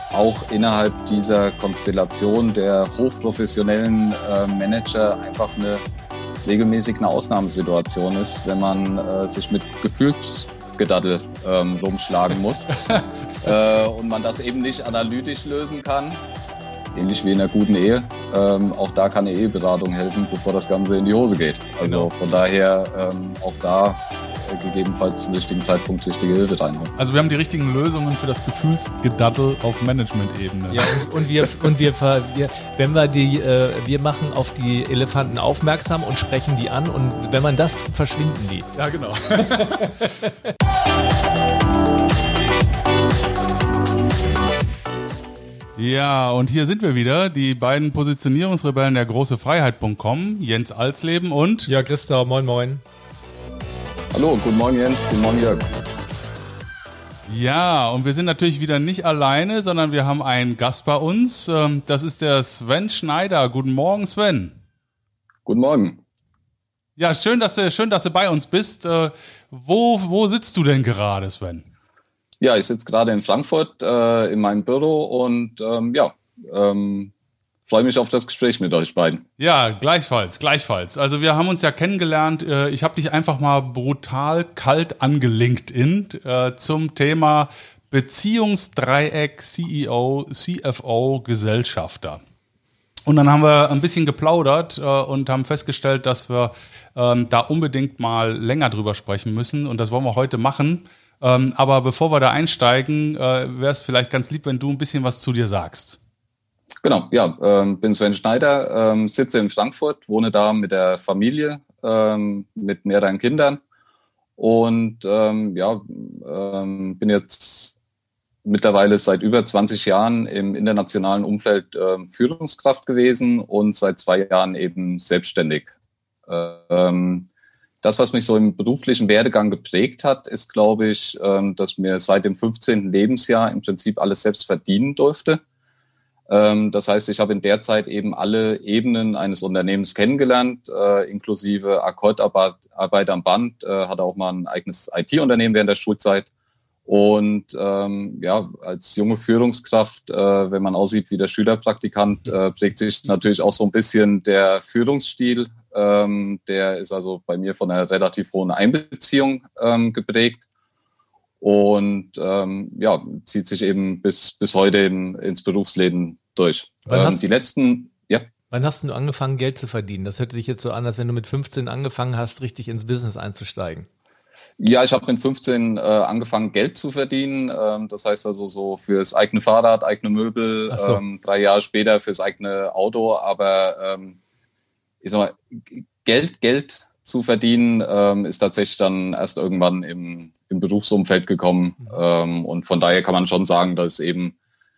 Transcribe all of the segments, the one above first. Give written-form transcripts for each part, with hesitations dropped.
auch innerhalb dieser Konstellation der hochprofessionellen Manager einfach regelmäßig eine Ausnahmesituation ist, wenn man sich mit Gefühlsgedaddel rumschlagen muss und man das eben nicht analytisch lösen kann. Ähnlich wie in einer guten Ehe. Auch da kann eine Eheberatung helfen, bevor das Ganze in die Hose geht. Also von daher auch da gegebenenfalls zum richtigen Zeitpunkt richtige Hilfe reinholen. Also wir haben die richtigen Lösungen für das Gefühlsgedaddel auf Management-Ebene. Ja, wir machen auf die Elefanten aufmerksam und sprechen die an und wenn man das tut, verschwinden die. Ja, genau. Ja, und hier sind wir wieder, die beiden Positionierungsrebellen der großefreiheit.com, Jens Alsleben und Jörg Christau, moin moin. Hallo, guten Morgen Jens, guten Morgen Jörg. Ja, und wir sind natürlich wieder nicht alleine, sondern wir haben einen Gast bei uns. Das ist der Sven Schneider. Guten Morgen, Sven. Guten Morgen. Ja, schön, dass du bei uns bist. Wo sitzt du denn gerade, Sven? Ja, ich sitze gerade in Frankfurt in meinem Büro und freue mich auf das Gespräch mit euch beiden. Ja, gleichfalls. Also wir haben uns ja kennengelernt. Ich habe dich einfach mal brutal kalt angelinkt zum Thema Beziehungsdreieck CEO, CFO, Gesellschafter. Und dann haben wir ein bisschen geplaudert und haben festgestellt, dass wir da unbedingt mal länger drüber sprechen müssen. Und das wollen wir heute machen. Aber bevor wir da einsteigen, wäre es vielleicht ganz lieb, wenn du ein bisschen was zu dir sagst. Genau, ja, bin Sven Schneider, sitze in Frankfurt, wohne da mit der Familie, mit mehreren Kindern und bin jetzt mittlerweile seit über 20 Jahren im internationalen Umfeld Führungskraft gewesen und seit 2 Jahren eben selbstständig. Das, was mich so im beruflichen Werdegang geprägt hat, ist, glaube ich, dass ich mir seit dem 15. Lebensjahr im Prinzip alles selbst verdienen durfte. Das heißt, ich habe in der Zeit eben alle Ebenen eines Unternehmens kennengelernt, inklusive Akkordarbeit am Band, hatte auch mal ein eigenes IT-Unternehmen während der Schulzeit. Und als junge Führungskraft, wenn man aussieht wie der Schülerpraktikant, prägt sich natürlich auch so ein bisschen der Führungsstil. Der ist also bei mir von einer relativ hohen Einbeziehung geprägt. Und zieht sich eben bis heute eben ins Berufsleben durch. Wann hast du angefangen, Geld zu verdienen? Das hört sich jetzt so an, als wenn du mit 15 angefangen hast, richtig ins Business einzusteigen. Ja, ich habe mit 15 angefangen, Geld zu verdienen. Das heißt also so fürs eigene Fahrrad, eigene Möbel, 3 Jahre später fürs eigene Auto. Aber ich sag mal, Geld zu verdienen, ist tatsächlich dann erst irgendwann im Berufsumfeld gekommen. Und von daher kann man schon sagen, dass es eben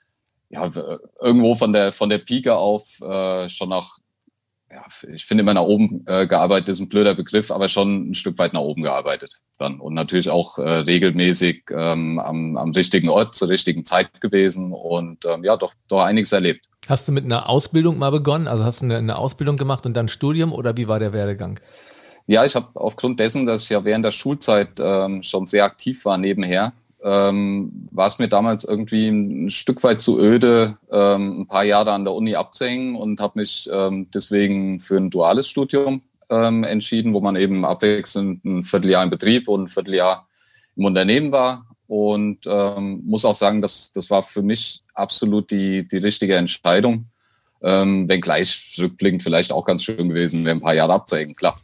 irgendwo von der Pike auf schon nach, ich finde immer nach oben gearbeitet ist ein blöder Begriff, aber schon ein Stück weit nach oben gearbeitet dann. Und natürlich auch regelmäßig am richtigen Ort zur richtigen Zeit gewesen und doch einiges erlebt. Hast du mit einer Ausbildung mal begonnen? Also hast du eine Ausbildung gemacht und dann Studium oder wie war der Werdegang? Ja, ich habe aufgrund dessen, dass ich ja während der Schulzeit schon sehr aktiv war nebenher, war es mir damals irgendwie ein Stück weit zu öde, ein paar Jahre an der Uni abzuhängen und habe mich deswegen für ein duales Studium entschieden, wo man eben abwechselnd ein Vierteljahr im Betrieb und ein Vierteljahr im Unternehmen war. Und muss auch sagen, das war für mich absolut die richtige Entscheidung. Wenngleich rückblickend vielleicht auch ganz schön gewesen wäre, ein paar Jahre abzuhängen, klar.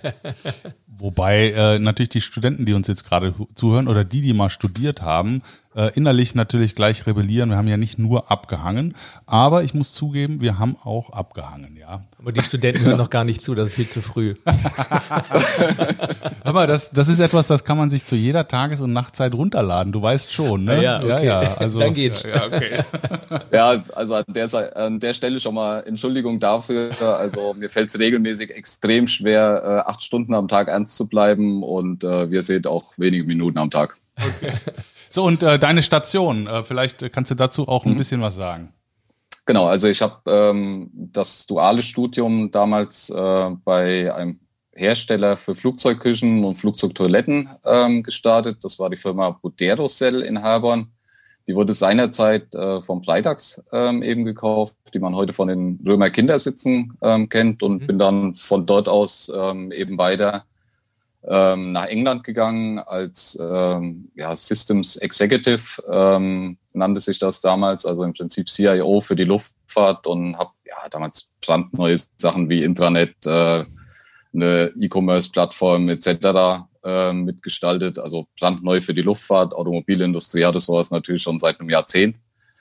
Wobei natürlich die Studenten, die uns jetzt gerade zuhören oder die mal studiert haben, innerlich natürlich gleich rebellieren. Wir haben ja nicht nur abgehangen, aber ich muss zugeben, wir haben auch abgehangen, ja. Aber die Studenten hören noch gar nicht zu, das ist viel zu früh. Aber das ist etwas, das kann man sich zu jeder Tages- und Nachtzeit runterladen. Du weißt schon, ne? Ja, okay. Also, dann geht's. Ja, okay. Ja, also an der Stelle schon mal Entschuldigung dafür. Also mir fällt es regelmäßig extrem schwer, 8 Stunden am Tag ernst zu bleiben und wir sehen auch wenige Minuten am Tag. Okay. So, und deine Station, vielleicht kannst du dazu auch ein bisschen was sagen. Genau, also ich habe das duale Studium damals bei einem Hersteller für Flugzeugküchen und Flugzeugtoiletten gestartet. Das war die Firma Buderocell in Herborn. Die wurde seinerzeit vom Freitags eben gekauft, die man heute von den Römer Kindersitzen kennt, und bin dann von dort aus eben weiter nach England gegangen als Systems Executive, nannte sich das damals, also im Prinzip CIO für die Luftfahrt, und habe damals brandneue Sachen wie Intranet, eine E-Commerce-Plattform etc. Mitgestaltet, also brandneu für die Luftfahrt. Automobilindustrie hatte sowas natürlich schon seit einem Jahrzehnt.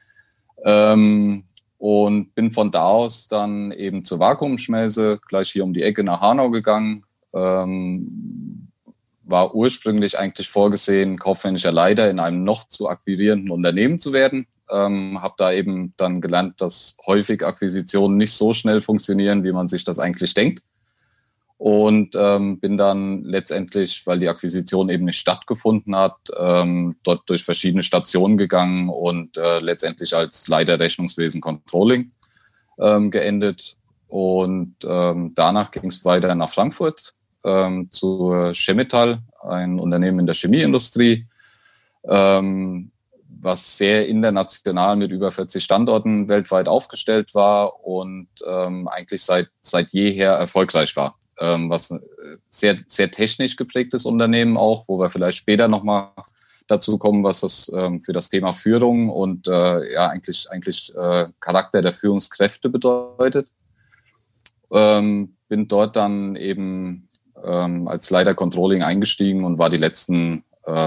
Und bin von da aus dann eben zur Vakuumschmelze, gleich hier um die Ecke nach Hanau gegangen. War ursprünglich eigentlich vorgesehen, kaufmännischer Leiter in einem noch zu akquirierenden Unternehmen zu werden. Habe da eben dann gelernt, dass häufig Akquisitionen nicht so schnell funktionieren, wie man sich das eigentlich denkt. Und bin dann letztendlich, weil die Akquisition eben nicht stattgefunden hat, dort durch verschiedene Stationen gegangen und letztendlich als Leiter Rechnungswesen Controlling geendet. Und danach ging es weiter nach Frankfurt zu Chemetall, ein Unternehmen in der Chemieindustrie, was sehr international mit über 40 Standorten weltweit aufgestellt war und eigentlich seit jeher erfolgreich war. Was ein sehr, sehr technisch geprägtes Unternehmen auch, wo wir vielleicht später nochmal dazu kommen, was das für das Thema Führung und eigentlich Charakter der Führungskräfte bedeutet. Bin dort dann eben als Leiter Controlling eingestiegen und war die letzten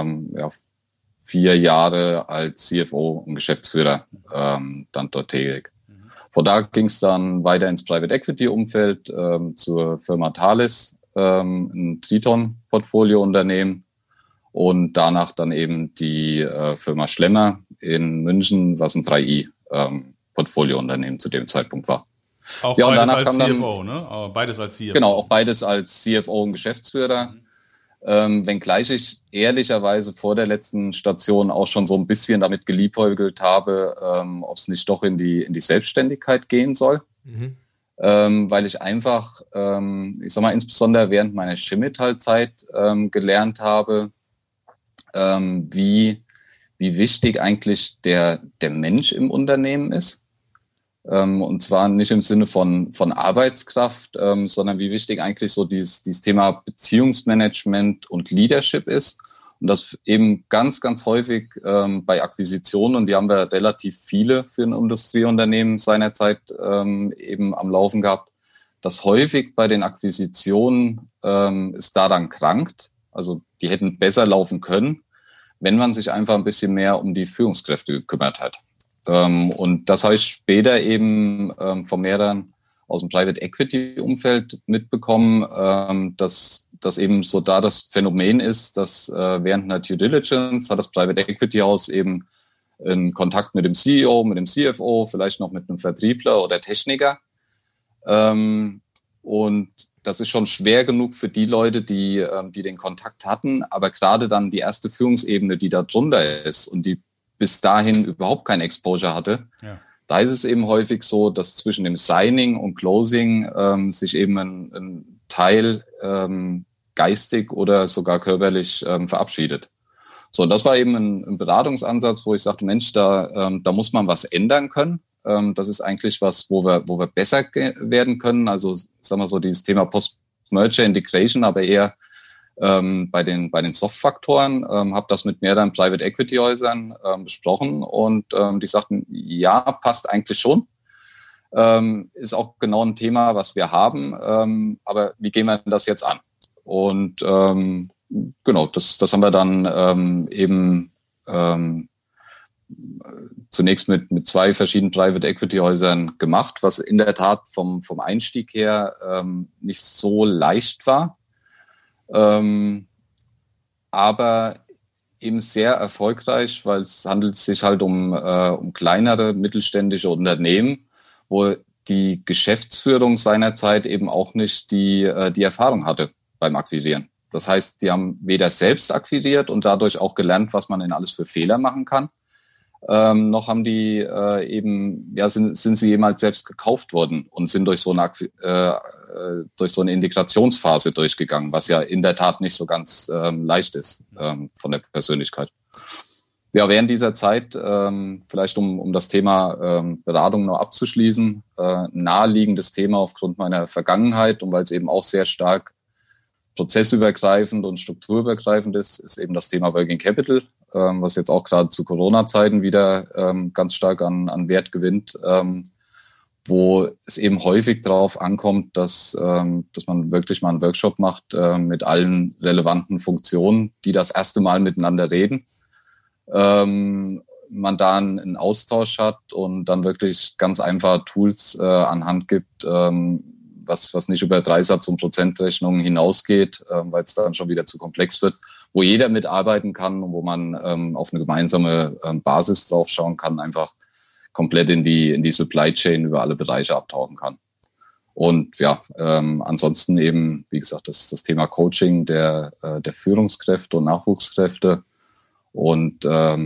4 Jahre als CFO und Geschäftsführer dann dort tätig. Von da ging es dann weiter ins Private Equity Umfeld zur Firma Thales, ein Triton-Portfolio-Unternehmen, und danach dann eben die Firma Schlemmer in München, was ein 3i-Portfolio-Unternehmen zu dem Zeitpunkt war. Auch beides als CFO, ne? Beides als CFO. Genau, auch beides als CFO und Geschäftsführer. Wenngleich ich ehrlicherweise vor der letzten Station auch schon so ein bisschen damit geliebäugelt habe, ob es nicht doch in die Selbstständigkeit gehen soll. Weil ich einfach, insbesondere während meiner Chemetall-Zeit gelernt habe, wie wichtig eigentlich der Mensch im Unternehmen ist. Und zwar nicht im Sinne von Arbeitskraft, sondern wie wichtig eigentlich so dieses Thema Beziehungsmanagement und Leadership ist. Und das eben ganz, ganz häufig bei Akquisitionen, und die haben wir relativ viele für ein Industrieunternehmen seinerzeit eben am Laufen gehabt, dass häufig bei den Akquisitionen es daran krankt. Also die hätten besser laufen können, wenn man sich einfach ein bisschen mehr um die Führungskräfte gekümmert hat. Und das habe ich später eben von mehreren aus dem Private Equity Umfeld mitbekommen, dass eben so da das Phänomen ist, dass während einer Due Diligence hat das Private Equity Haus eben einen Kontakt mit dem CEO, mit dem CFO, vielleicht noch mit einem Vertriebler oder Techniker. Und das ist schon schwer genug für die Leute, die den Kontakt hatten, aber gerade dann die erste Führungsebene, die da drunter ist und die bis dahin überhaupt kein Exposure hatte, da ist es eben häufig so, dass zwischen dem Signing und Closing sich eben ein Teil geistig oder sogar körperlich verabschiedet. So, das war eben ein Beratungsansatz, wo ich sagte, Mensch, da muss man was ändern können. Das ist eigentlich was, wo wir besser werden können. Also sagen wir so dieses Thema Post-Merger Integration, aber eher bei den Soft-Faktoren, habe das mit mehreren Private-Equity-Häusern besprochen, und die sagten, ja, passt eigentlich schon. Ist auch genau ein Thema, was wir haben, aber wie gehen wir das jetzt an? Und genau, das haben wir dann eben zunächst mit 2 verschiedenen Private-Equity-Häusern gemacht, was in der Tat vom Einstieg her nicht so leicht war. Aber eben sehr erfolgreich, weil es handelt sich halt um kleinere mittelständische Unternehmen, wo die Geschäftsführung seinerzeit eben auch nicht die Erfahrung hatte beim Akquirieren. Das heißt, die haben weder selbst akquiriert und dadurch auch gelernt, was man denn alles für Fehler machen kann, noch haben die sind sie jemals selbst gekauft worden und sind durch so eine Integrationsphase durchgegangen, was ja in der Tat nicht so ganz leicht ist von der Persönlichkeit. Ja, während dieser Zeit, vielleicht um das Thema Beratung noch abzuschließen, naheliegendes Thema aufgrund meiner Vergangenheit und weil es eben auch sehr stark prozessübergreifend und strukturübergreifend ist eben das Thema Working Capital, was jetzt auch gerade zu Corona-Zeiten wieder ganz stark an Wert gewinnt, wo es eben häufig darauf ankommt, dass man wirklich mal einen Workshop macht mit allen relevanten Funktionen, die das erste Mal miteinander reden. Man da einen Austausch hat und dann wirklich ganz einfach Tools an Hand gibt, was nicht über Dreisatz- und Prozentrechnungen hinausgeht, weil es dann schon wieder zu komplex wird, wo jeder mitarbeiten kann und wo man auf eine gemeinsame Basis drauf schauen kann, einfach komplett in die Supply Chain über alle Bereiche abtauchen kann. Und ja, ansonsten eben, wie gesagt, das Thema Coaching der Führungskräfte und Nachwuchskräfte und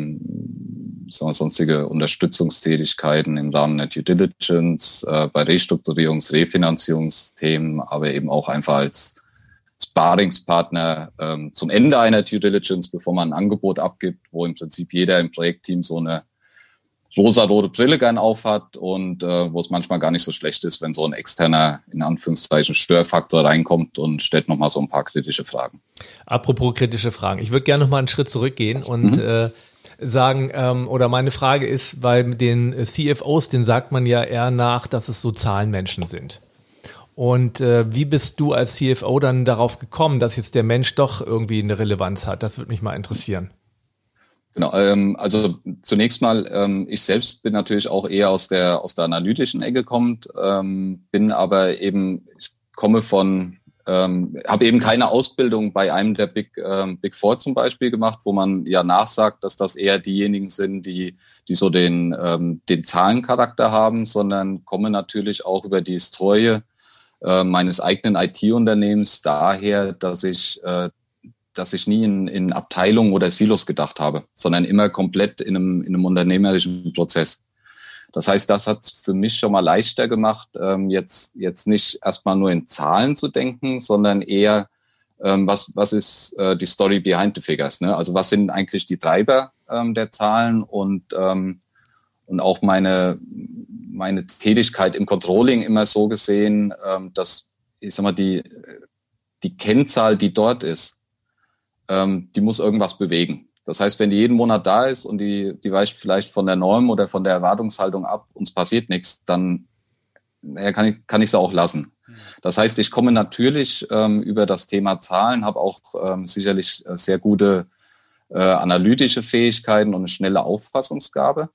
sonstige Unterstützungstätigkeiten im Rahmen der Due Diligence, bei Restrukturierungs-, Refinanzierungsthemen, aber eben auch einfach als Sparingspartner zum Ende einer Due Diligence, bevor man ein Angebot abgibt, wo im Prinzip jeder im Projektteam so eine rosa-rote Brille gern aufhat und wo es manchmal gar nicht so schlecht ist, wenn so ein externer, in Anführungszeichen, Störfaktor reinkommt und stellt nochmal so ein paar kritische Fragen. Apropos kritische Fragen. Ich würde gerne noch mal einen Schritt zurückgehen und sagen, oder meine Frage ist, bei den CFOs, denen sagt man ja eher nach, dass es so Zahlenmenschen sind. Und wie bist du als CFO dann darauf gekommen, dass jetzt der Mensch doch irgendwie eine Relevanz hat? Das würde mich mal interessieren. Genau, also zunächst mal, ich selbst bin natürlich auch eher aus der analytischen Ecke kommend, bin aber eben, ich komme habe eben keine Ausbildung bei einem der Big Four zum Beispiel gemacht, wo man ja nachsagt, dass das eher diejenigen sind, die so den Zahlencharakter haben, sondern komme natürlich auch über die Historie meines eigenen IT-Unternehmens daher, dass ich nie in Abteilungen oder Silos gedacht habe, sondern immer komplett in einem unternehmerischen Prozess. Das heißt, das hat es für mich schon mal leichter gemacht, jetzt nicht erstmal nur in Zahlen zu denken, sondern eher, was ist die Story behind the figures, ne? Also was sind eigentlich die Treiber der Zahlen und auch meine Tätigkeit im Controlling immer so gesehen, dass, ich sag mal, die Kennzahl, die dort ist, die muss irgendwas bewegen. Das heißt, wenn die jeden Monat da ist und die weicht vielleicht von der Norm oder von der Erwartungshaltung ab, uns passiert nichts, dann kann ich sie auch lassen. Das heißt, ich komme natürlich über das Thema Zahlen, habe auch sicherlich sehr gute analytische Fähigkeiten und eine schnelle Auffassungsgabe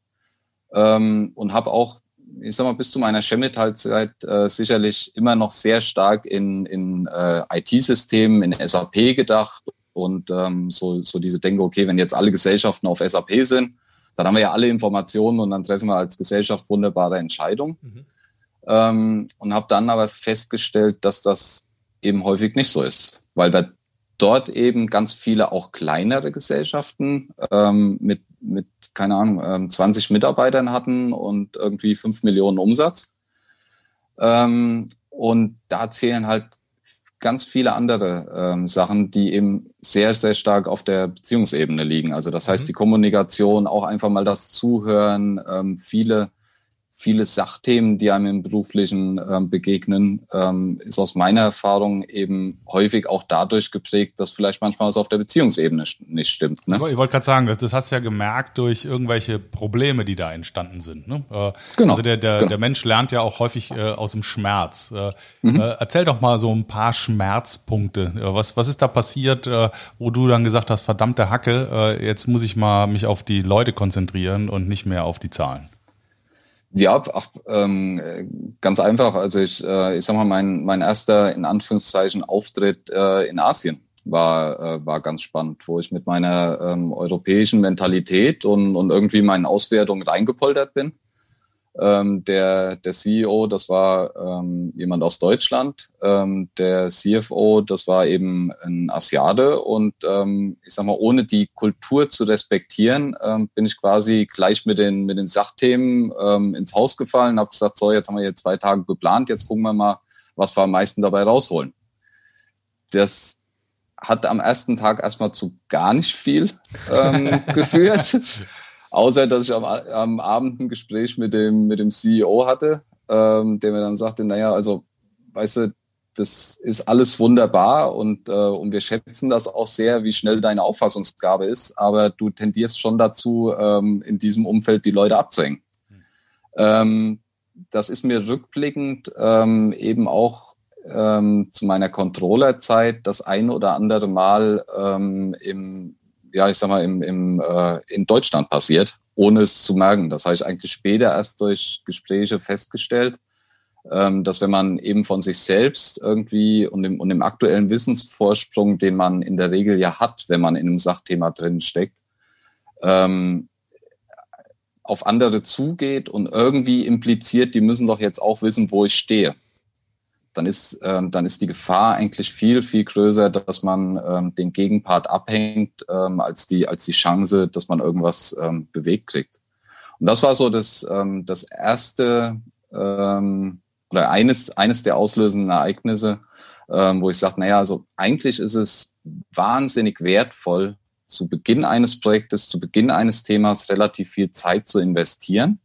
und habe auch, ich sag mal, bis zu meiner Chemetall-Zeit sicherlich immer noch sehr stark in IT-Systemen, in SAP gedacht. Und so diese Denke, okay, wenn jetzt alle Gesellschaften auf SAP sind, dann haben wir ja alle Informationen und dann treffen wir als Gesellschaft wunderbare Entscheidungen. Und habe dann aber festgestellt, dass das eben häufig nicht so ist, weil wir dort eben ganz viele auch kleinere Gesellschaften mit keine Ahnung, 20 Mitarbeitern hatten und irgendwie 5 Millionen Umsatz. Und da zählen halt ganz viele andere Sachen, die eben sehr, sehr stark auf der Beziehungsebene liegen. Also das heißt, die Kommunikation, auch einfach mal das Zuhören, viele Sachthemen, die einem im Beruflichen begegnen, ist aus meiner Erfahrung eben häufig auch dadurch geprägt, dass vielleicht manchmal was auf der Beziehungsebene nicht stimmt. Ne? Ich wollte gerade sagen, das hast du ja gemerkt durch irgendwelche Probleme, die da entstanden sind. Ne? Genau. Also der Mensch lernt ja auch häufig aus dem Schmerz. Erzähl doch mal so ein paar Schmerzpunkte. Was ist da passiert, wo du dann gesagt hast, verdammte Hacke, jetzt muss ich mal mich auf die Leute konzentrieren und nicht mehr auf die Zahlen? Ja, ganz einfach. Also ich sag mal, mein erster, in Anführungszeichen, Auftritt in Asien war ganz spannend, wo ich mit meiner europäischen Mentalität und irgendwie meinen Auswertungen reingepoltert bin. Der CEO, das war jemand aus Deutschland. Der CFO, das war eben ein Asiate. Und ich sag mal, ohne die Kultur zu respektieren, bin ich quasi gleich mit den Sachthemen ins Haus gefallen, habe gesagt, so, jetzt haben wir hier 2 Tage geplant, jetzt gucken wir mal, was wir am meisten dabei rausholen. Das hat am ersten Tag erstmal zu gar nicht viel geführt, außer dass ich am Abend ein Gespräch mit dem CEO hatte, der mir dann sagte, naja, also, weißt du, das ist alles wunderbar und wir schätzen das auch sehr, wie schnell deine Auffassungsgabe ist, aber du tendierst schon dazu, in diesem Umfeld die Leute abzuhängen. Das ist mir rückblickend eben auch zu meiner Controllerzeit das ein oder andere Mal in Deutschland passiert, ohne es zu merken. Das habe ich eigentlich später erst durch Gespräche festgestellt, dass wenn man eben von sich selbst irgendwie und dem aktuellen Wissensvorsprung, den man in der Regel ja hat, wenn man in einem Sachthema drin steckt, auf andere zugeht und irgendwie impliziert, die müssen doch jetzt auch wissen, wo ich stehe. Dann ist die Gefahr eigentlich viel, viel größer, dass man den Gegenpart abhängt, als die Chance, dass man irgendwas bewegt kriegt. Und das war so das erste oder eines der auslösenden Ereignisse, wo ich sage, naja, also eigentlich ist es wahnsinnig wertvoll, zu Beginn eines Projektes, zu Beginn eines Themas relativ viel Zeit zu investieren.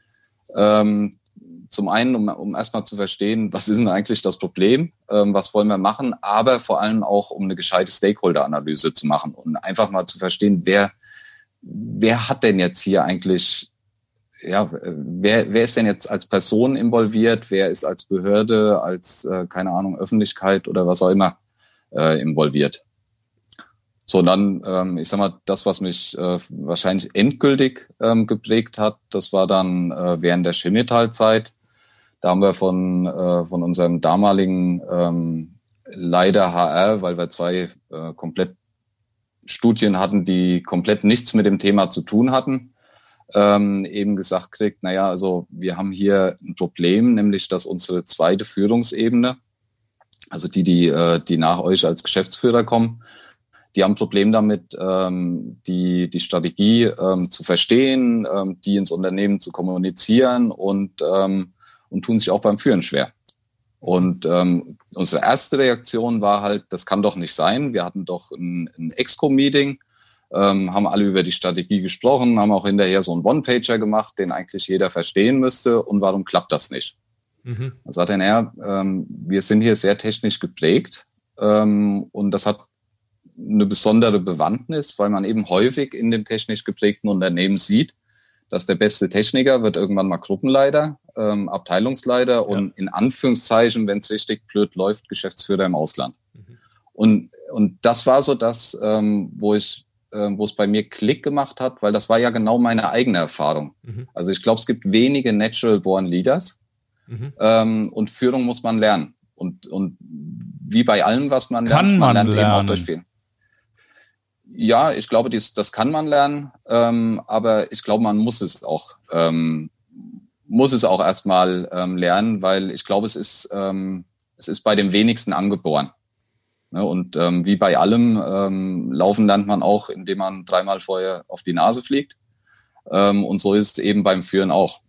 Zum einen, um erstmal zu verstehen, was ist denn eigentlich das Problem, was wollen wir machen, aber vor allem auch, um eine gescheite Stakeholder-Analyse zu machen und einfach mal zu verstehen, wer hat denn jetzt hier eigentlich, ja, wer ist denn jetzt als Person involviert, wer ist als Behörde, als, keine Ahnung, Öffentlichkeit oder was auch immer involviert. So, dann, ich sag mal, das, was mich wahrscheinlich endgültig geprägt hat, das war dann während der Chemetall-Zeit. Da haben wir von unserem damaligen Leiter HR, weil wir 2 komplett Studien hatten, die komplett nichts mit dem Thema zu tun hatten, eben gesagt kriegt, naja, also wir haben hier ein Problem, nämlich dass unsere zweite Führungsebene, also die nach euch als Geschäftsführer kommen, die haben ein Problem damit, die Strategie zu verstehen, die ins Unternehmen zu kommunizieren und tun sich auch beim Führen schwer. Und unsere erste Reaktion war halt, das kann doch nicht sein. Wir hatten doch ein Exco-Meeting, haben alle über die Strategie gesprochen, haben auch hinterher so einen One-Pager gemacht, den eigentlich jeder verstehen müsste. Und warum klappt das nicht? Mhm. Da sagt er, naja, wir sind hier sehr technisch geprägt und das hat eine besondere Bewandtnis, weil man eben häufig in dem technisch geprägten Unternehmen sieht, dass der beste Techniker wird irgendwann mal Gruppenleiter, Abteilungsleiter und in Anführungszeichen, wenn es richtig blöd läuft, Geschäftsführer im Ausland. Mhm. Und das war so das, wo es bei mir Klick gemacht hat, weil das war ja genau meine eigene Erfahrung. Mhm. Also ich glaube, es gibt wenige Natural-Born Leaders und Führung muss man lernen. Und wie bei allem, was man lernt, man lernt eben auch durch viel. Ja, ich glaube, das kann man lernen, aber ich glaube, man muss es auch erstmal lernen, weil ich glaube, es ist bei den wenigsten angeboren. Ne? Und wie bei allem, laufen lernt man auch, indem man 3-mal vorher auf die Nase fliegt. Und so ist es eben beim Führen auch.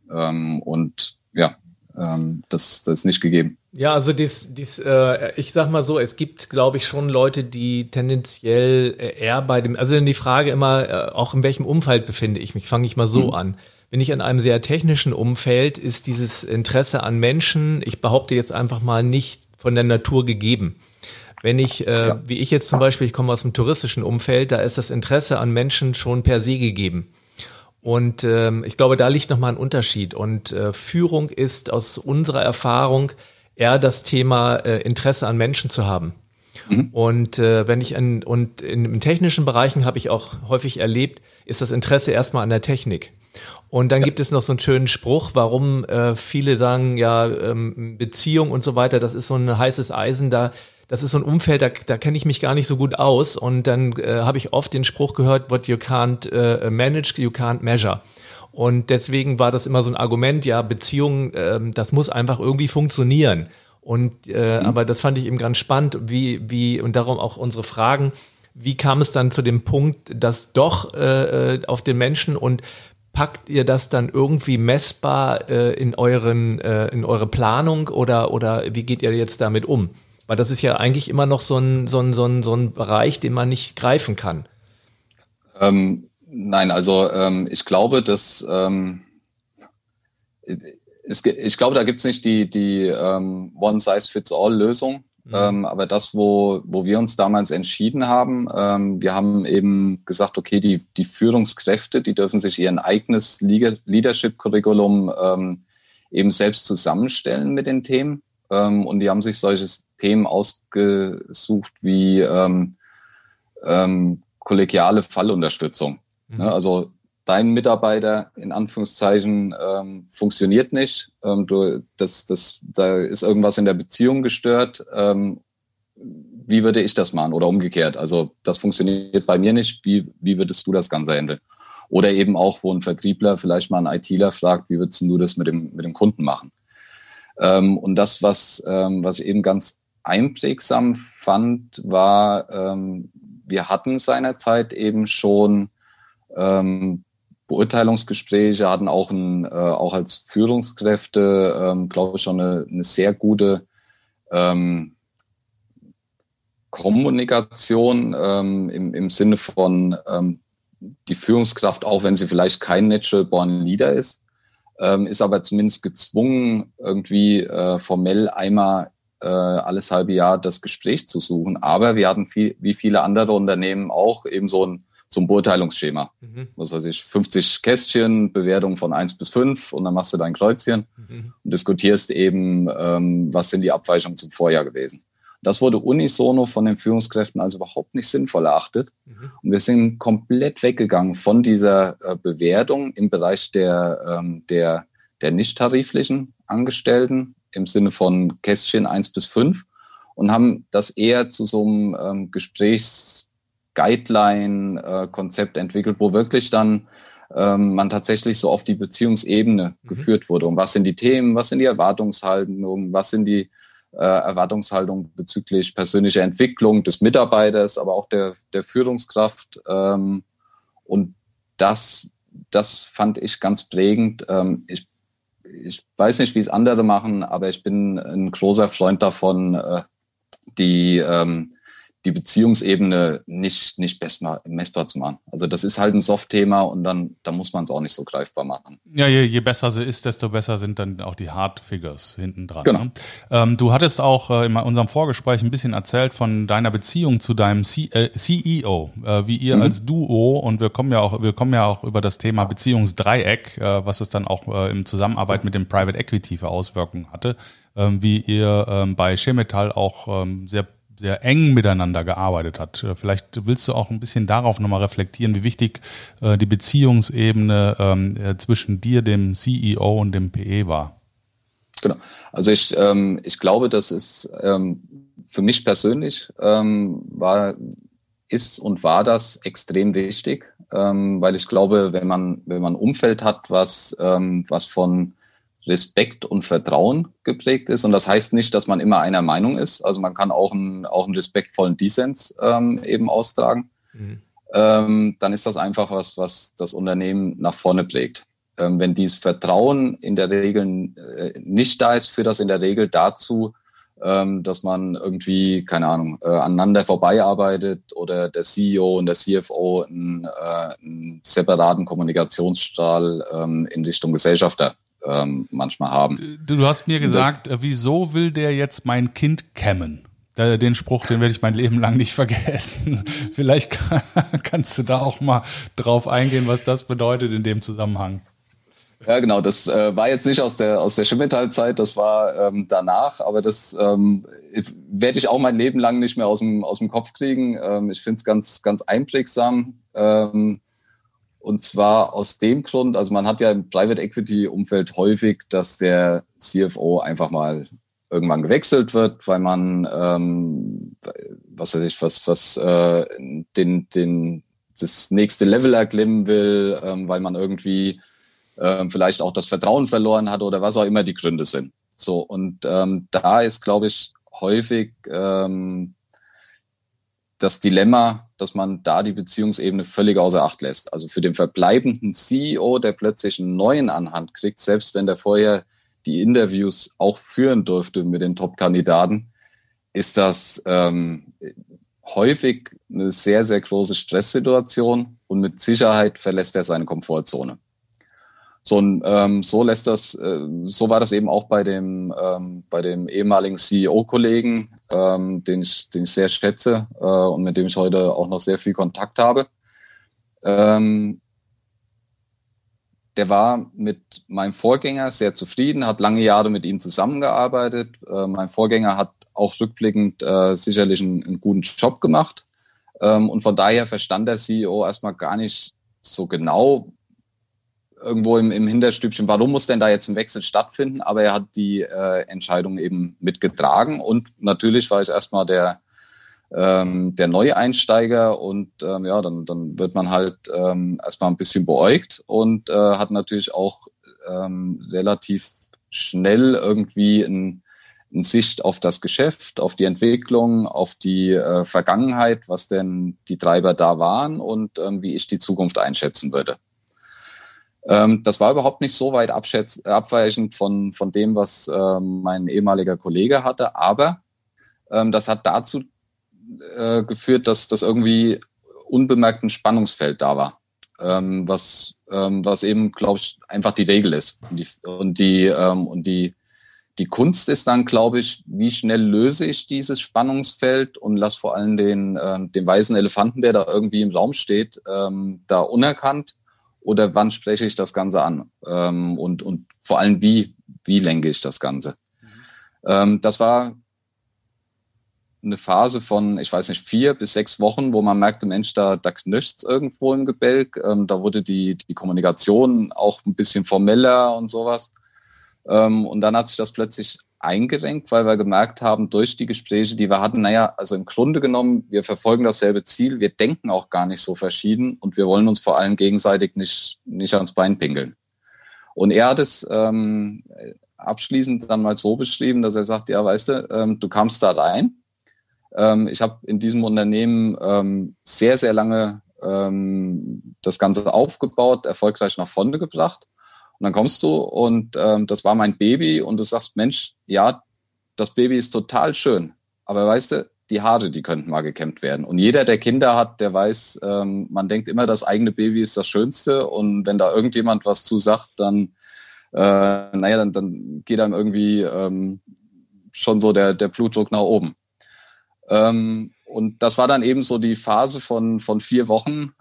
Das ist nicht gegeben. Ja, also ich sag mal so, es gibt, glaube ich, schon Leute, die tendenziell eher also die Frage immer, auch in welchem Umfeld befinde ich mich, fange ich mal so an. Wenn ich an einem sehr technischen Umfeld, ist dieses Interesse an Menschen, ich behaupte jetzt einfach mal, nicht von der Natur gegeben. Wenn ich, wie ich jetzt zum Beispiel, ich komme aus dem touristischen Umfeld, da ist das Interesse an Menschen schon per se gegeben. Und ich glaube, da liegt nochmal ein Unterschied. Und Führung ist aus unserer Erfahrung eher das Thema Interesse an Menschen zu haben. Mhm. Und in technischen Bereichen habe ich auch häufig erlebt, ist das Interesse erstmal an der Technik. Und dann gibt es noch so einen schönen Spruch, warum viele sagen, ja, Beziehung und so weiter, das ist so ein heißes Eisen, das ist so ein Umfeld, da kenne ich mich gar nicht so gut aus. Und dann habe ich oft den Spruch gehört, what you can't manage, you can't measure. Und deswegen war das immer so ein Argument, ja, Beziehung, das muss einfach irgendwie funktionieren. Und aber das fand ich eben ganz spannend, wie und darum auch unsere Fragen, wie kam es dann zu dem Punkt, dass doch auf den Menschen und packt ihr das dann irgendwie messbar in eure Planung oder wie geht ihr jetzt damit um? Weil das ist ja eigentlich immer noch so ein Bereich, den man nicht greifen kann. Nein, also ich glaube, dass ich glaube, da gibt's nicht die One-Size-Fits-All-Lösung. Aber das, wo wir uns damals entschieden haben, wir haben eben gesagt, okay, die Führungskräfte, die dürfen sich ihr eigenes Leadership-Curriculum eben selbst zusammenstellen mit den Themen. Und die haben sich solche Themen ausgesucht wie kollegiale Fallunterstützung. Ne? Also dein Mitarbeiter in Anführungszeichen funktioniert nicht. Da ist irgendwas in der Beziehung gestört. Wie würde ich das machen oder umgekehrt? Also das funktioniert bei mir nicht. Wie würdest du das Ganze handeln? Oder eben auch, wo ein Vertriebler vielleicht mal einen ITler fragt, wie würdest du das mit dem Kunden machen? Und das, was ich eben ganz einprägsam fand, war, wir hatten seinerzeit eben schon Beurteilungsgespräche, hatten auch als Führungskräfte, glaube ich, schon eine sehr gute Kommunikation im Sinne von die Führungskraft, auch wenn sie vielleicht kein Natural Born Leader ist aber zumindest gezwungen, irgendwie formell einmal alles halbe Jahr das Gespräch zu suchen. Aber wir hatten wie viele andere Unternehmen auch eben so ein Beurteilungsschema. Was weiß ich, 50 Kästchen, Bewertung von 1 bis 5 und dann machst du dein Kreuzchen und diskutierst eben, was sind die Abweichungen zum Vorjahr gewesen. Das wurde unisono von den Führungskräften also überhaupt nicht sinnvoll erachtet. Und wir sind komplett weggegangen von dieser Bewertung im Bereich der nicht tariflichen Angestellten im Sinne von Kästchen 1 bis 5 und haben das eher zu so einem Guideline-Konzept entwickelt, wo wirklich dann man tatsächlich so auf die Beziehungsebene geführt wurde. Und was sind die Themen, was sind die Erwartungshaltungen, was sind die Erwartungshaltung bezüglich persönlicher Entwicklung des Mitarbeiters, aber auch der Führungskraft. Und das fand ich ganz prägend. Ich weiß nicht, wie es andere machen, aber ich bin ein großer Freund davon, die Beziehungsebene nicht messbar zu machen. Also das ist halt ein Soft-Thema und da muss man es auch nicht so greifbar machen. Ja, je besser sie ist, desto besser sind dann auch die Hard Figures hinten dran. Genau. Ne? Du hattest auch in unserem Vorgespräch ein bisschen erzählt von deiner Beziehung zu deinem CEO, wie ihr als Duo, und wir kommen ja auch über das Thema Beziehungsdreieck, was es dann auch in Zusammenarbeit mit dem Private Equity für Auswirkungen hatte, wie ihr bei Chemetall auch sehr eng miteinander gearbeitet hat. Vielleicht willst du auch ein bisschen darauf nochmal reflektieren, wie wichtig die Beziehungsebene zwischen dir, dem CEO und dem PE war. Genau. Also ich glaube, das ist für mich persönlich war das extrem wichtig, weil ich glaube, wenn man ein Umfeld hat, was von Respekt und Vertrauen geprägt ist. Und das heißt nicht, dass man immer einer Meinung ist. Also man kann auch einen respektvollen Dissens eben austragen. Dann ist das einfach was das Unternehmen nach vorne prägt. Wenn dieses Vertrauen in der Regel nicht da ist, führt das in der Regel dazu, dass man irgendwie, keine Ahnung, aneinander vorbeiarbeitet oder der CEO und der CFO einen separaten Kommunikationsstrahl in Richtung Gesellschafter manchmal haben. Du hast mir gesagt, wieso will der jetzt mein Kind kämmen? Den Spruch, den werde ich mein Leben lang nicht vergessen. Vielleicht kannst du da auch mal drauf eingehen, was das bedeutet in dem Zusammenhang. Ja, genau. Das war jetzt nicht aus der Chemetall-Zeit, das war danach, aber das werde ich auch mein Leben lang nicht mehr aus dem Kopf kriegen. Ich finde es ganz, ganz einprägsam. Und zwar aus dem Grund, also man hat ja im Private Equity Umfeld häufig, dass der CFO einfach mal irgendwann gewechselt wird, weil man, das nächste Level erklimmen will, weil man irgendwie vielleicht auch das Vertrauen verloren hat oder was auch immer die Gründe sind. So, und da ist, glaube ich, häufig das Dilemma, dass man da die Beziehungsebene völlig außer Acht lässt. Also für den verbleibenden CEO, der plötzlich einen neuen Anhand kriegt, selbst wenn der vorher die Interviews auch führen durfte mit den Top-Kandidaten, ist das häufig eine sehr, sehr große Stresssituation und mit Sicherheit verlässt er seine Komfortzone. So war das eben auch bei dem ehemaligen CEO-Kollegen, den ich sehr schätze und mit dem ich heute auch noch sehr viel Kontakt habe. Der war mit meinem Vorgänger sehr zufrieden, hat lange Jahre mit ihm zusammengearbeitet. Mein Vorgänger hat auch rückblickend sicherlich einen guten Job gemacht. Und von daher verstand der CEO erstmal gar nicht so genau irgendwo im Hinterstübchen, warum muss denn da jetzt ein Wechsel stattfinden? Aber er hat die Entscheidung eben mitgetragen. Und natürlich war ich erstmal der Neueinsteiger und dann wird man halt erstmal ein bisschen beäugt und hat natürlich auch relativ schnell irgendwie eine Sicht auf das Geschäft, auf die Entwicklung, auf die Vergangenheit, was denn die Treiber da waren und wie ich die Zukunft einschätzen würde. Das war überhaupt nicht so weit abweichend von dem, was mein ehemaliger Kollege hatte, aber das hat dazu geführt, dass das irgendwie unbemerkt ein Spannungsfeld da war, was eben, glaube ich, einfach die Regel ist. Und die Kunst ist dann, glaube ich, wie schnell löse ich dieses Spannungsfeld und lasse vor allem den weißen Elefanten, der da irgendwie im Raum steht, da unerkannt. Oder wann spreche ich das Ganze an? Und vor allem, wie lenke ich das Ganze? Das war eine Phase von, ich weiß nicht, 4 bis 6 Wochen, wo man merkte, Mensch, da knirscht's irgendwo im Gebälk. Da wurde die Kommunikation auch ein bisschen formeller und sowas. Und dann hat sich das plötzlich eingerenkt, weil wir gemerkt haben, durch die Gespräche, die wir hatten, also im Grunde genommen, wir verfolgen dasselbe Ziel, wir denken auch gar nicht so verschieden und wir wollen uns vor allem gegenseitig nicht ans Bein pinkeln. Und er hat es abschließend dann mal so beschrieben, dass er sagt, ja, weißt du, du kamst da rein. Ich habe in diesem Unternehmen sehr, sehr lange das Ganze aufgebaut, erfolgreich nach vorne gebracht. Und dann kommst du und das war mein Baby und du sagst, Mensch, ja, das Baby ist total schön, aber weißt du, die Haare, die könnten mal gekämmt werden. Und jeder, der Kinder hat, der weiß, man denkt immer, das eigene Baby ist das Schönste und wenn da irgendjemand was zu sagt, dann dann geht einem irgendwie schon so der Blutdruck nach oben. Und das war dann eben so die Phase von 4 Wochen,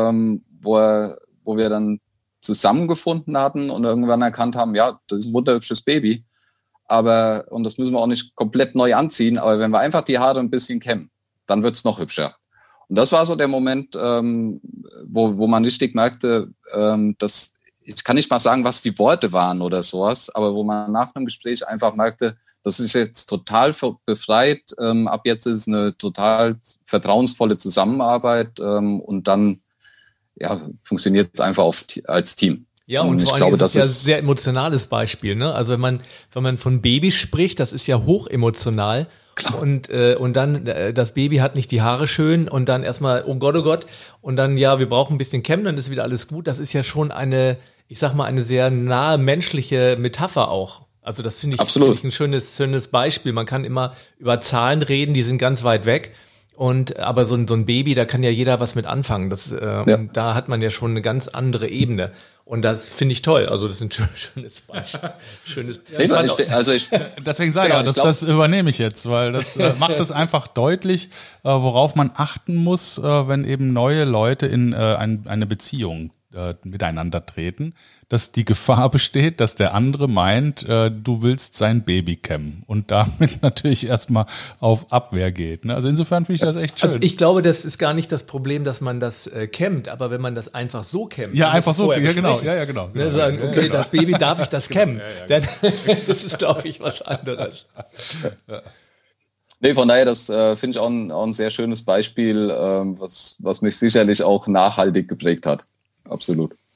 wo wir dann zusammengefunden hatten und irgendwann erkannt haben, ja, das ist ein wunderhübsches Baby, und das müssen wir auch nicht komplett neu anziehen, aber wenn wir einfach die Haare ein bisschen kämmen, dann wird's noch hübscher. Und das war so der Moment, wo man richtig merkte, dass ich kann nicht mal sagen, was die Worte waren oder sowas, aber wo man nach einem Gespräch einfach merkte, das ist jetzt total befreit, ab jetzt ist es eine total vertrauensvolle Zusammenarbeit und dann funktioniert es einfach als Team. Ja, und vor allem ist es ja ein sehr emotionales Beispiel, ne? Also wenn man von Babys spricht, das ist ja hochemotional. Klar. Und dann, das Baby hat nicht die Haare schön und dann erstmal, oh Gott, und dann, ja, wir brauchen ein bisschen Kämmen, dann ist wieder alles gut. Das ist ja schon eine sehr nahe menschliche Metapher auch. Also das finde ich ein schönes Beispiel. Man kann immer über Zahlen reden, die sind ganz weit weg. Aber so ein Baby, da kann ja jeder was mit anfangen. Und da hat man ja schon eine ganz andere Ebene. Und das finde ich toll. Also das ist ein schönes Beispiel. Deswegen sage ich, das übernehme ich jetzt, weil das macht es einfach deutlich, worauf man achten muss, wenn eben neue Leute in eine Beziehung miteinander treten, dass die Gefahr besteht, dass der andere meint, du willst sein Baby kämmen und damit natürlich erstmal auf Abwehr geht. Ne? Also insofern finde ich das echt schön. Also ich glaube, das ist gar nicht das Problem, dass man das kämmt, aber wenn man das einfach so kämmt. Ja, einfach so, genau. Ne, sagen, okay, das Baby darf ich das kämmen. Dann das ist, glaube ich, was anderes. Nee, von daher, das finde ich auch ein sehr schönes Beispiel, was mich sicherlich auch nachhaltig geprägt hat. Absolut.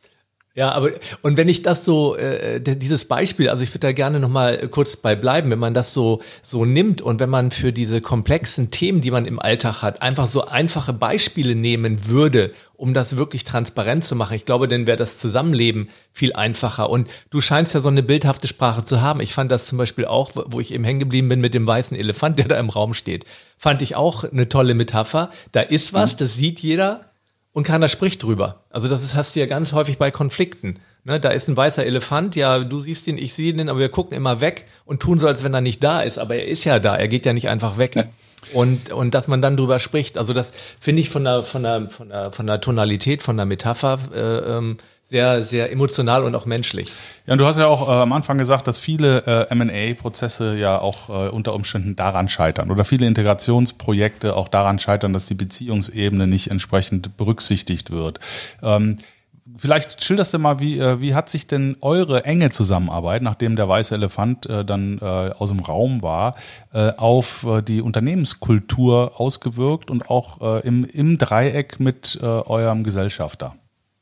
Ja, aber und wenn ich das so, dieses Beispiel, also ich würde da gerne nochmal kurz bei bleiben, wenn man das so nimmt und wenn man für diese komplexen Themen, die man im Alltag hat, einfach so einfache Beispiele nehmen würde, um das wirklich transparent zu machen. Ich glaube, dann wäre das Zusammenleben viel einfacher. Und du scheinst ja so eine bildhafte Sprache zu haben. Ich fand das zum Beispiel auch, wo ich eben hängen geblieben bin mit dem weißen Elefant, der da im Raum steht, fand ich auch eine tolle Metapher. Da ist was, das sieht jeder. Und keiner spricht drüber. Also hast du ja ganz häufig bei Konflikten. Ne, da ist ein weißer Elefant, ja, du siehst ihn, ich sehe ihn, aber wir gucken immer weg und tun so, als wenn er nicht da ist. Aber er ist ja da, er geht ja nicht einfach weg. Ja. Und dass man dann drüber spricht, also das finde ich von der Tonalität, von der Metapher sehr, sehr emotional und auch menschlich. Ja, und du hast ja auch am Anfang gesagt, dass viele M&A-Prozesse ja auch unter Umständen daran scheitern oder viele Integrationsprojekte auch daran scheitern, dass die Beziehungsebene nicht entsprechend berücksichtigt wird. Vielleicht schilderst du mal, wie hat sich denn eure enge Zusammenarbeit, nachdem der weiße Elefant dann aus dem Raum war, auf die Unternehmenskultur ausgewirkt und auch im Dreieck mit eurem Gesellschafter?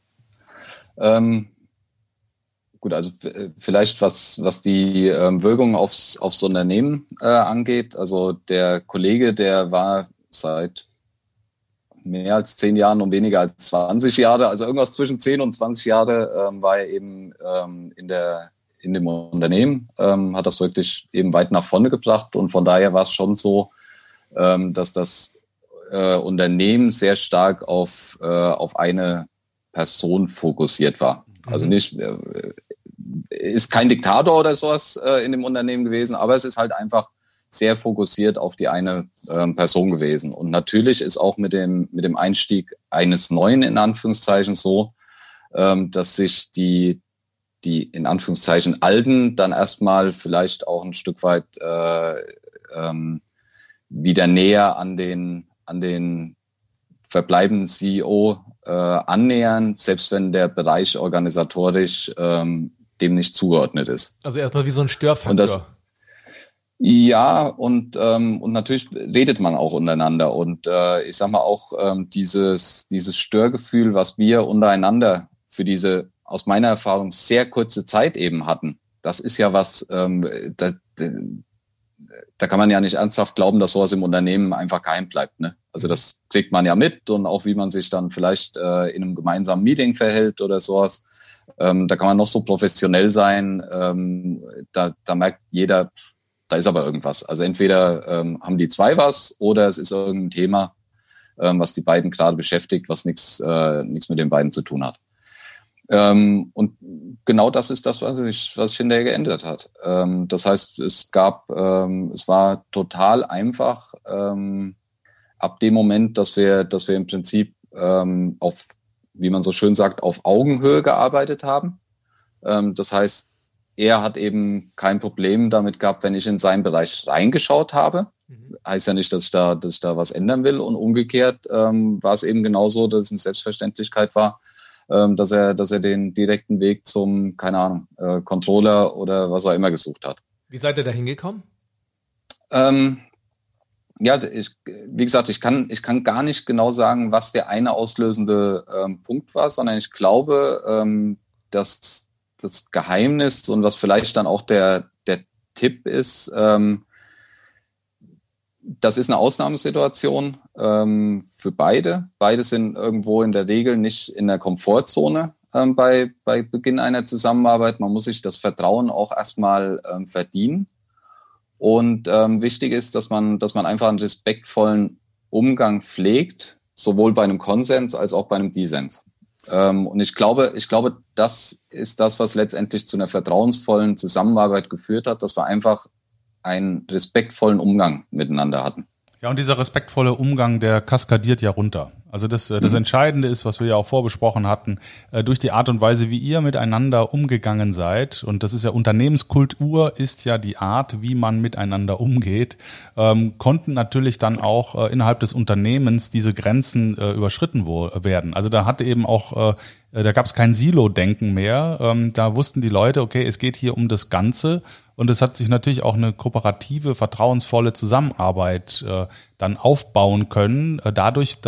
Gut, also vielleicht was die Wirkung aufs Unternehmen angeht. Also der Kollege, der war seit mehr als 10 Jahren und weniger als 20 Jahre, also irgendwas zwischen 10 und 20 Jahre war er eben in dem Unternehmen, hat das wirklich eben weit nach vorne gebracht und von daher war es schon so, dass das Unternehmen sehr stark auf eine Person fokussiert war. Also nicht, ist kein Diktator oder sowas in dem Unternehmen gewesen, aber es ist halt einfach sehr fokussiert auf die eine Person gewesen. Und natürlich ist auch mit dem Einstieg eines Neuen in Anführungszeichen so, dass sich die in Anführungszeichen Alten dann erstmal vielleicht auch ein Stück weit wieder näher an den verbleibenden CEO annähern, selbst wenn der Bereich organisatorisch dem nicht zugeordnet ist. Also erstmal wie so ein Störfaktor. Und natürlich redet man auch untereinander und ich sag mal auch dieses Störgefühl, was wir untereinander für diese aus meiner Erfahrung sehr kurze Zeit eben hatten, das ist ja was, da kann man ja nicht ernsthaft glauben, dass sowas im Unternehmen einfach geheim bleibt, ne? Also das kriegt man ja mit und auch wie man sich dann vielleicht in einem gemeinsamen Meeting verhält oder sowas. Da kann man noch so professionell sein, da merkt jeder, da ist aber irgendwas. Also entweder haben die zwei was oder es ist irgendein Thema, was die beiden gerade beschäftigt, was nichts mit den beiden zu tun hat. Und genau das ist das, was sich hinterher geändert hat. Das heißt, es war total einfach ab dem Moment, dass wir im Prinzip auf, wie man so schön sagt, auf Augenhöhe gearbeitet haben. Das heißt, er hat eben kein Problem damit gehabt, wenn ich in seinen Bereich reingeschaut habe. Heißt ja nicht, dass ich da was ändern will. Und umgekehrt war es eben genauso, dass es eine Selbstverständlichkeit war, dass er den direkten Weg zum, keine Ahnung, Controller oder was er immer gesucht hat. Wie seid ihr da hingekommen? Wie gesagt, ich kann gar nicht genau sagen, was der eine auslösende Punkt war, sondern ich glaube, dass das Geheimnis und was vielleicht dann auch der Tipp ist, das ist eine Ausnahmesituation für beide. Beide sind irgendwo in der Regel nicht in der Komfortzone bei Beginn einer Zusammenarbeit. Man muss sich das Vertrauen auch erstmal verdienen. Und wichtig ist, dass man einfach einen respektvollen Umgang pflegt, sowohl bei einem Konsens als auch bei einem Dissens. Und ich glaube, das ist das, was letztendlich zu einer vertrauensvollen Zusammenarbeit geführt hat, dass wir einfach einen respektvollen Umgang miteinander hatten. Ja, und dieser respektvolle Umgang, der kaskadiert ja runter. Also das Entscheidende ist, was wir ja auch vorbesprochen hatten, durch die Art und Weise, wie ihr miteinander umgegangen seid, und das ist ja Unternehmenskultur, ist ja die Art, wie man miteinander umgeht, konnten natürlich dann auch innerhalb des Unternehmens diese Grenzen überschritten werden. Also da hatte eben auch, da gab es kein Silo-Denken mehr. Da wussten die Leute, okay, es geht hier um das Ganze. Und es hat sich natürlich auch eine kooperative, vertrauensvolle Zusammenarbeit dann aufbauen können, dadurch, dass man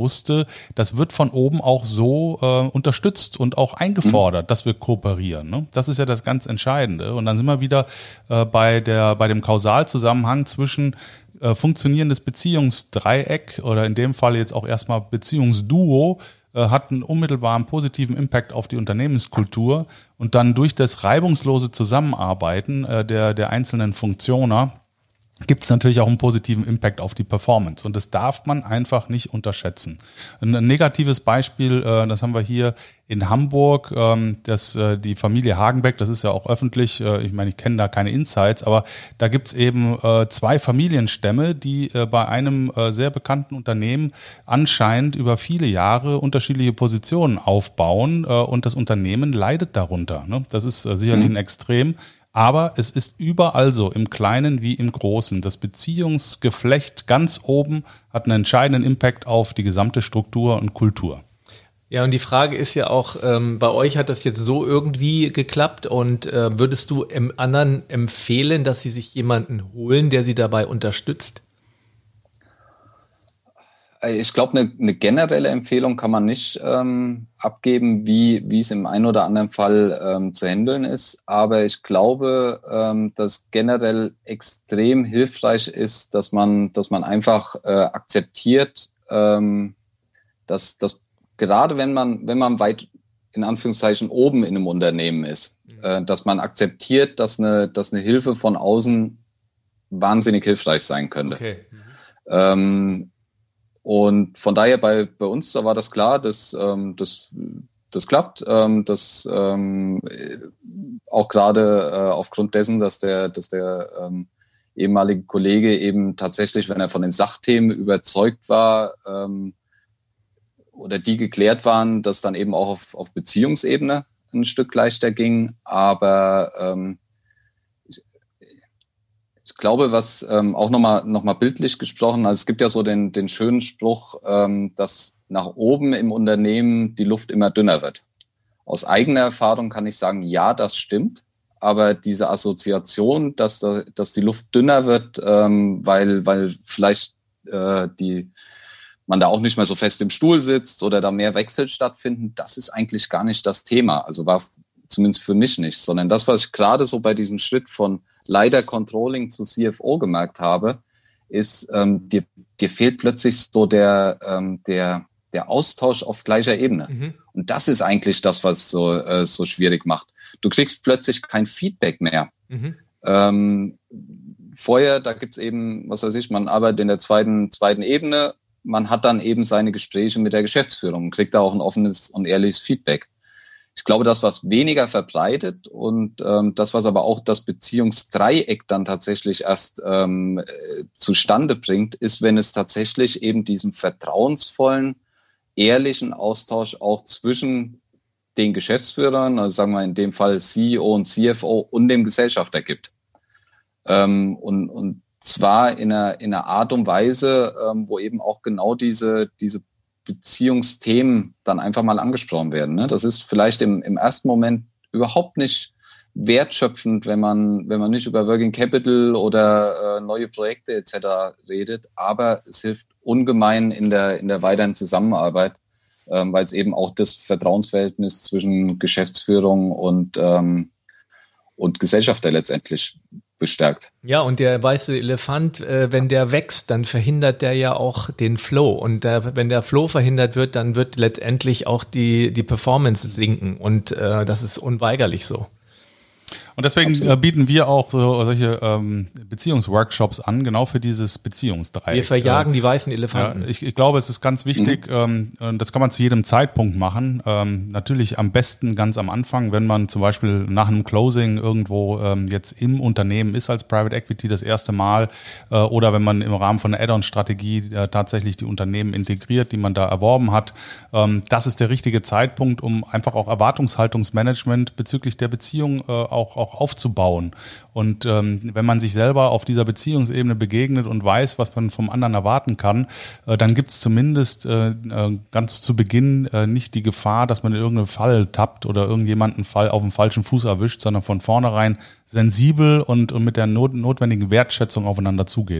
wusste, das wird von oben auch so unterstützt und auch eingefordert, dass wir kooperieren. Ne? Das ist ja das ganz Entscheidende. Und dann sind wir wieder bei dem Kausalzusammenhang zwischen funktionierendes Beziehungsdreieck oder in dem Fall jetzt auch erstmal Beziehungsduo hat einen unmittelbaren positiven Impact auf die Unternehmenskultur und dann durch das reibungslose Zusammenarbeiten der einzelnen Funktioner gibt es natürlich auch einen positiven Impact auf die Performance. Und das darf man einfach nicht unterschätzen. Ein negatives Beispiel, das haben wir hier in Hamburg, die Familie Hagenbeck, das ist ja auch öffentlich, ich meine, ich kenne da keine Insights, aber da gibt es eben 2 Familienstämme, die bei einem sehr bekannten Unternehmen anscheinend über viele Jahre unterschiedliche Positionen aufbauen und das Unternehmen leidet darunter. Ne? Das ist sicherlich ein Extrem. Aber es ist überall so, im Kleinen wie im Großen. Das Beziehungsgeflecht ganz oben hat einen entscheidenden Impact auf die gesamte Struktur und Kultur. Ja, und die Frage ist ja auch, bei euch hat das jetzt so irgendwie geklappt und würdest du anderen empfehlen, dass sie sich jemanden holen, der sie dabei unterstützt? Ich glaube, eine generelle Empfehlung kann man nicht abgeben, wie es im einen oder anderen Fall zu handeln ist. Aber ich glaube, dass generell extrem hilfreich ist, dass man einfach akzeptiert, dass gerade wenn man weit in Anführungszeichen oben in einem Unternehmen ist, dass man akzeptiert, dass eine Hilfe von außen wahnsinnig hilfreich sein könnte. Okay. Und von daher bei uns, da war das klar, dass das klappt, dass auch gerade aufgrund dessen, dass der ehemalige Kollege eben tatsächlich, wenn er von den Sachthemen überzeugt war oder die geklärt waren, dass dann eben auch auf Beziehungsebene ein Stück leichter ging. Aber ich glaube, was auch noch mal bildlich gesprochen, also es gibt ja so den schönen Spruch, dass nach oben im Unternehmen die Luft immer dünner wird. Aus eigener Erfahrung kann ich sagen, ja, das stimmt. Aber diese Assoziation, dass die Luft dünner wird, weil vielleicht man da auch nicht mehr so fest im Stuhl sitzt oder da mehr Wechsel stattfinden, das ist eigentlich gar nicht das Thema. Also war zumindest für mich nicht, sondern das, was ich gerade so bei diesem Schritt von Leiter Controlling zu CFO gemerkt habe, ist, dir fehlt plötzlich so der Austausch auf gleicher Ebene. Mhm. Und das ist eigentlich das, was so schwierig macht. Du kriegst plötzlich kein Feedback mehr. Mhm. Vorher, da gibt's eben, was weiß ich, man arbeitet in der zweiten Ebene, man hat dann eben seine Gespräche mit der Geschäftsführung und kriegt da auch ein offenes und ehrliches Feedback. Ich glaube, das, was weniger verbreitet und das, was aber auch das Beziehungsdreieck dann tatsächlich erst zustande bringt, ist, wenn es tatsächlich eben diesen vertrauensvollen, ehrlichen Austausch auch zwischen den Geschäftsführern, also sagen wir in dem Fall CEO und CFO und dem Gesellschafter gibt. Und zwar in einer Art und Weise, wo eben auch genau diese Beziehungsthemen dann einfach mal angesprochen werden. Ne? Das ist vielleicht im ersten Moment überhaupt nicht wertschöpfend, wenn man nicht über Working Capital oder neue Projekte etc. redet, aber es hilft ungemein in der weiteren Zusammenarbeit, weil es eben auch das Vertrauensverhältnis zwischen Geschäftsführung und Gesellschafter letztendlich bestärkt. Ja, und der weiße Elefant, wenn der wächst, dann verhindert der ja auch den Flow. Und wenn der Flow verhindert wird, dann wird letztendlich auch die Performance sinken. Und das ist unweigerlich so. Und deswegen bieten wir auch solche Beziehungsworkshops an, genau für dieses Beziehungsdreieck. Wir verjagen die weißen Elefanten. Ja, ich glaube, es ist ganz wichtig, das kann man zu jedem Zeitpunkt machen. Natürlich am besten ganz am Anfang, wenn man zum Beispiel nach einem Closing irgendwo jetzt im Unternehmen ist als Private Equity das erste Mal oder wenn man im Rahmen von einer Add-on-Strategie tatsächlich die Unternehmen integriert, die man da erworben hat. Das ist der richtige Zeitpunkt, um einfach auch Erwartungshaltungsmanagement bezüglich der Beziehung auch aufzubauen. Und wenn man sich selber auf dieser Beziehungsebene begegnet und weiß, was man vom anderen erwarten kann, dann gibt es zumindest ganz zu Beginn nicht die Gefahr, dass man in irgendeinen Fall tappt oder irgendjemanden Fall auf dem falschen Fuß erwischt, sondern von vornherein sensibel und mit der notwendigen Wertschätzung aufeinander zugeht.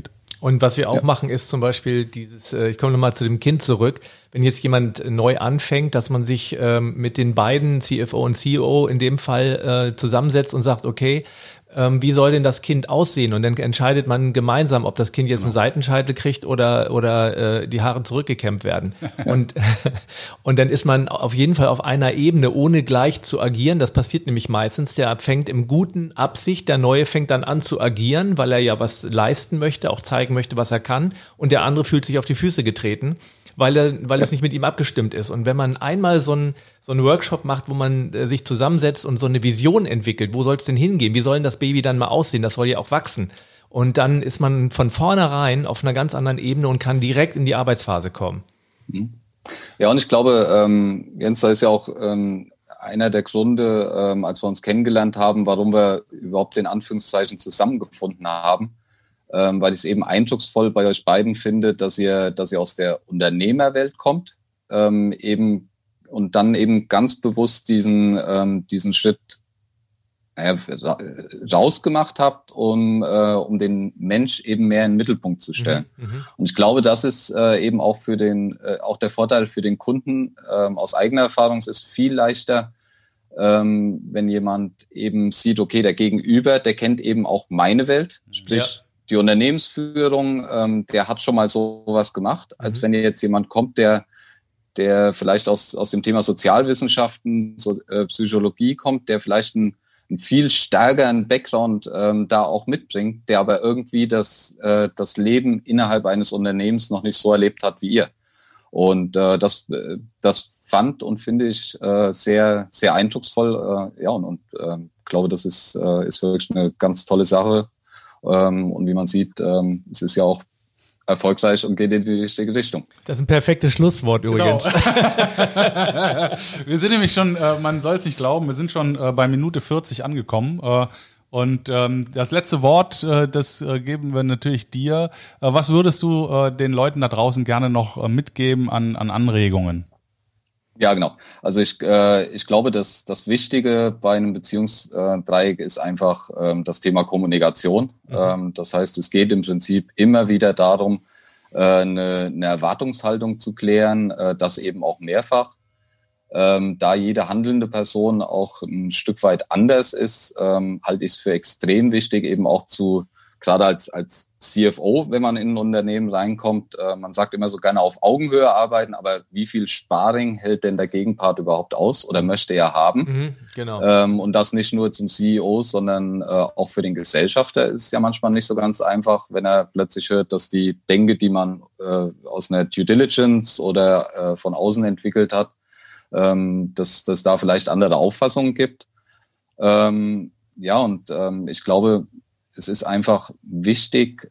Und was wir auch machen, ist zum Beispiel ich komme nochmal zu dem Kind zurück, wenn jetzt jemand neu anfängt, dass man sich mit den beiden CFO und CEO in dem Fall zusammensetzt und sagt, okay, wie soll denn das Kind aussehen? Und dann entscheidet man gemeinsam, ob das Kind jetzt einen Seitenscheitel kriegt oder die Haare zurückgekämmt werden. Und dann ist man auf jeden Fall auf einer Ebene, ohne gleich zu agieren. Das passiert nämlich meistens. Der fängt im guten Absicht, der Neue fängt dann an zu agieren, weil er ja was leisten möchte, auch zeigen möchte, was er kann. Und der andere fühlt sich auf die Füße getreten, weil es nicht mit ihm abgestimmt ist. Und wenn man einmal so einen Workshop macht, wo man sich zusammensetzt und so eine Vision entwickelt, wo soll es denn hingehen? Wie soll denn das Baby dann mal aussehen? Das soll ja auch wachsen. Und dann ist man von vornherein auf einer ganz anderen Ebene und kann direkt in die Arbeitsphase kommen. Ja, und ich glaube, Jens, da ist ja auch einer der Gründe, als wir uns kennengelernt haben, warum wir überhaupt in Anführungszeichen zusammengefunden haben, weil ich es eben eindrucksvoll bei euch beiden finde, dass ihr aus der Unternehmerwelt kommt, eben und dann eben ganz bewusst diesen Schritt rausgemacht habt, um den Mensch eben mehr in den Mittelpunkt zu stellen. Und ich glaube, das ist eben auch auch der Vorteil für den Kunden. Aus eigener Erfahrung ist es viel leichter, wenn jemand eben sieht, okay, der Gegenüber, der kennt eben auch meine Welt, sprich die Unternehmensführung, der hat schon mal sowas gemacht, als wenn jetzt jemand kommt, der vielleicht aus dem Thema Sozialwissenschaften, Psychologie kommt, der vielleicht einen viel stärkeren Background da auch mitbringt, der aber irgendwie das Leben innerhalb eines Unternehmens noch nicht so erlebt hat wie ihr. Und das fand und finde ich sehr, sehr eindrucksvoll. Und glaube, das ist wirklich eine ganz tolle Sache. Und wie man sieht, es ist ja auch erfolgreich und geht in die richtige Richtung. Das ist ein perfektes Schlusswort übrigens. Genau. Wir sind nämlich schon, man soll es nicht glauben, wir sind schon bei Minute 40 angekommen. Und das letzte Wort, das geben wir natürlich dir. Was würdest du den Leuten da draußen gerne noch mitgeben an Anregungen? Ja, genau. Also ich glaube, dass das Wichtige bei einem Beziehungsdreieck ist einfach das Thema Kommunikation. Das heißt, es geht im Prinzip immer wieder darum, eine Erwartungshaltung zu klären, das eben auch mehrfach. Da jede handelnde Person auch ein Stück weit anders ist, halte ich es für extrem wichtig, eben auch gerade als CFO, wenn man in ein Unternehmen reinkommt, man sagt immer so gerne auf Augenhöhe arbeiten, aber wie viel Sparring hält denn der Gegenpart überhaupt aus oder möchte er haben? Genau. Und das nicht nur zum CEO, sondern auch für den Gesellschafter ist es ja manchmal nicht so ganz einfach, wenn er plötzlich hört, dass die Denke, die man aus einer Due Diligence oder von außen entwickelt hat, dass da vielleicht andere Auffassungen gibt. Ich glaube, es ist einfach wichtig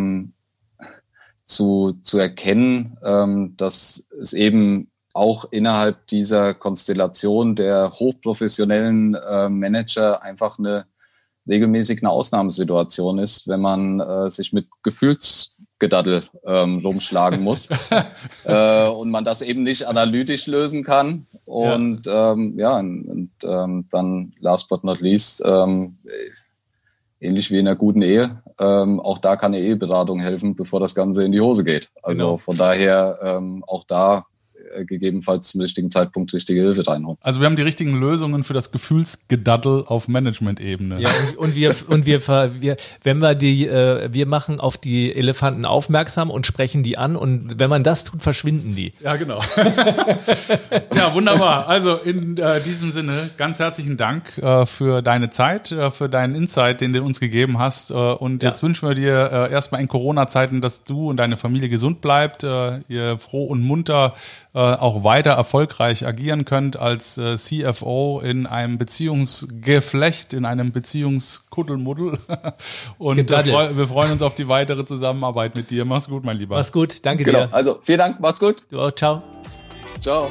zu erkennen, dass es eben auch innerhalb dieser Konstellation der hochprofessionellen Manager einfach regelmäßig eine Ausnahmesituation ist, wenn man sich mit Gefühlsgedaddel rumschlagen muss und man das eben nicht analytisch lösen kann. Und dann last but not least, ähnlich wie in einer guten Ehe, auch da kann eine Eheberatung helfen, bevor das Ganze in die Hose geht. Also Von daher auch da gegebenenfalls zum richtigen Zeitpunkt richtige Hilfe reinholen. Also wir haben die richtigen Lösungen für das Gefühlsgedaddel auf Management-Ebene. Ja, wir machen auf die Elefanten aufmerksam und sprechen die an und wenn man das tut, verschwinden die. Ja, genau. Ja, wunderbar. Also in diesem Sinne ganz herzlichen Dank für deine Zeit, für deinen Insight, den du uns gegeben hast und jetzt wünschen wir dir erstmal in Corona-Zeiten, dass du und deine Familie gesund bleibt, ihr froh und munter auch weiter erfolgreich agieren könnt als CFO in einem Beziehungsgeflecht, in einem Beziehungskuddelmuddel. Und wir freuen uns auf die weitere Zusammenarbeit mit dir. Mach's gut, mein Lieber. Mach's gut, danke dir. Also vielen Dank, macht's gut. Du auch, ciao. Ciao.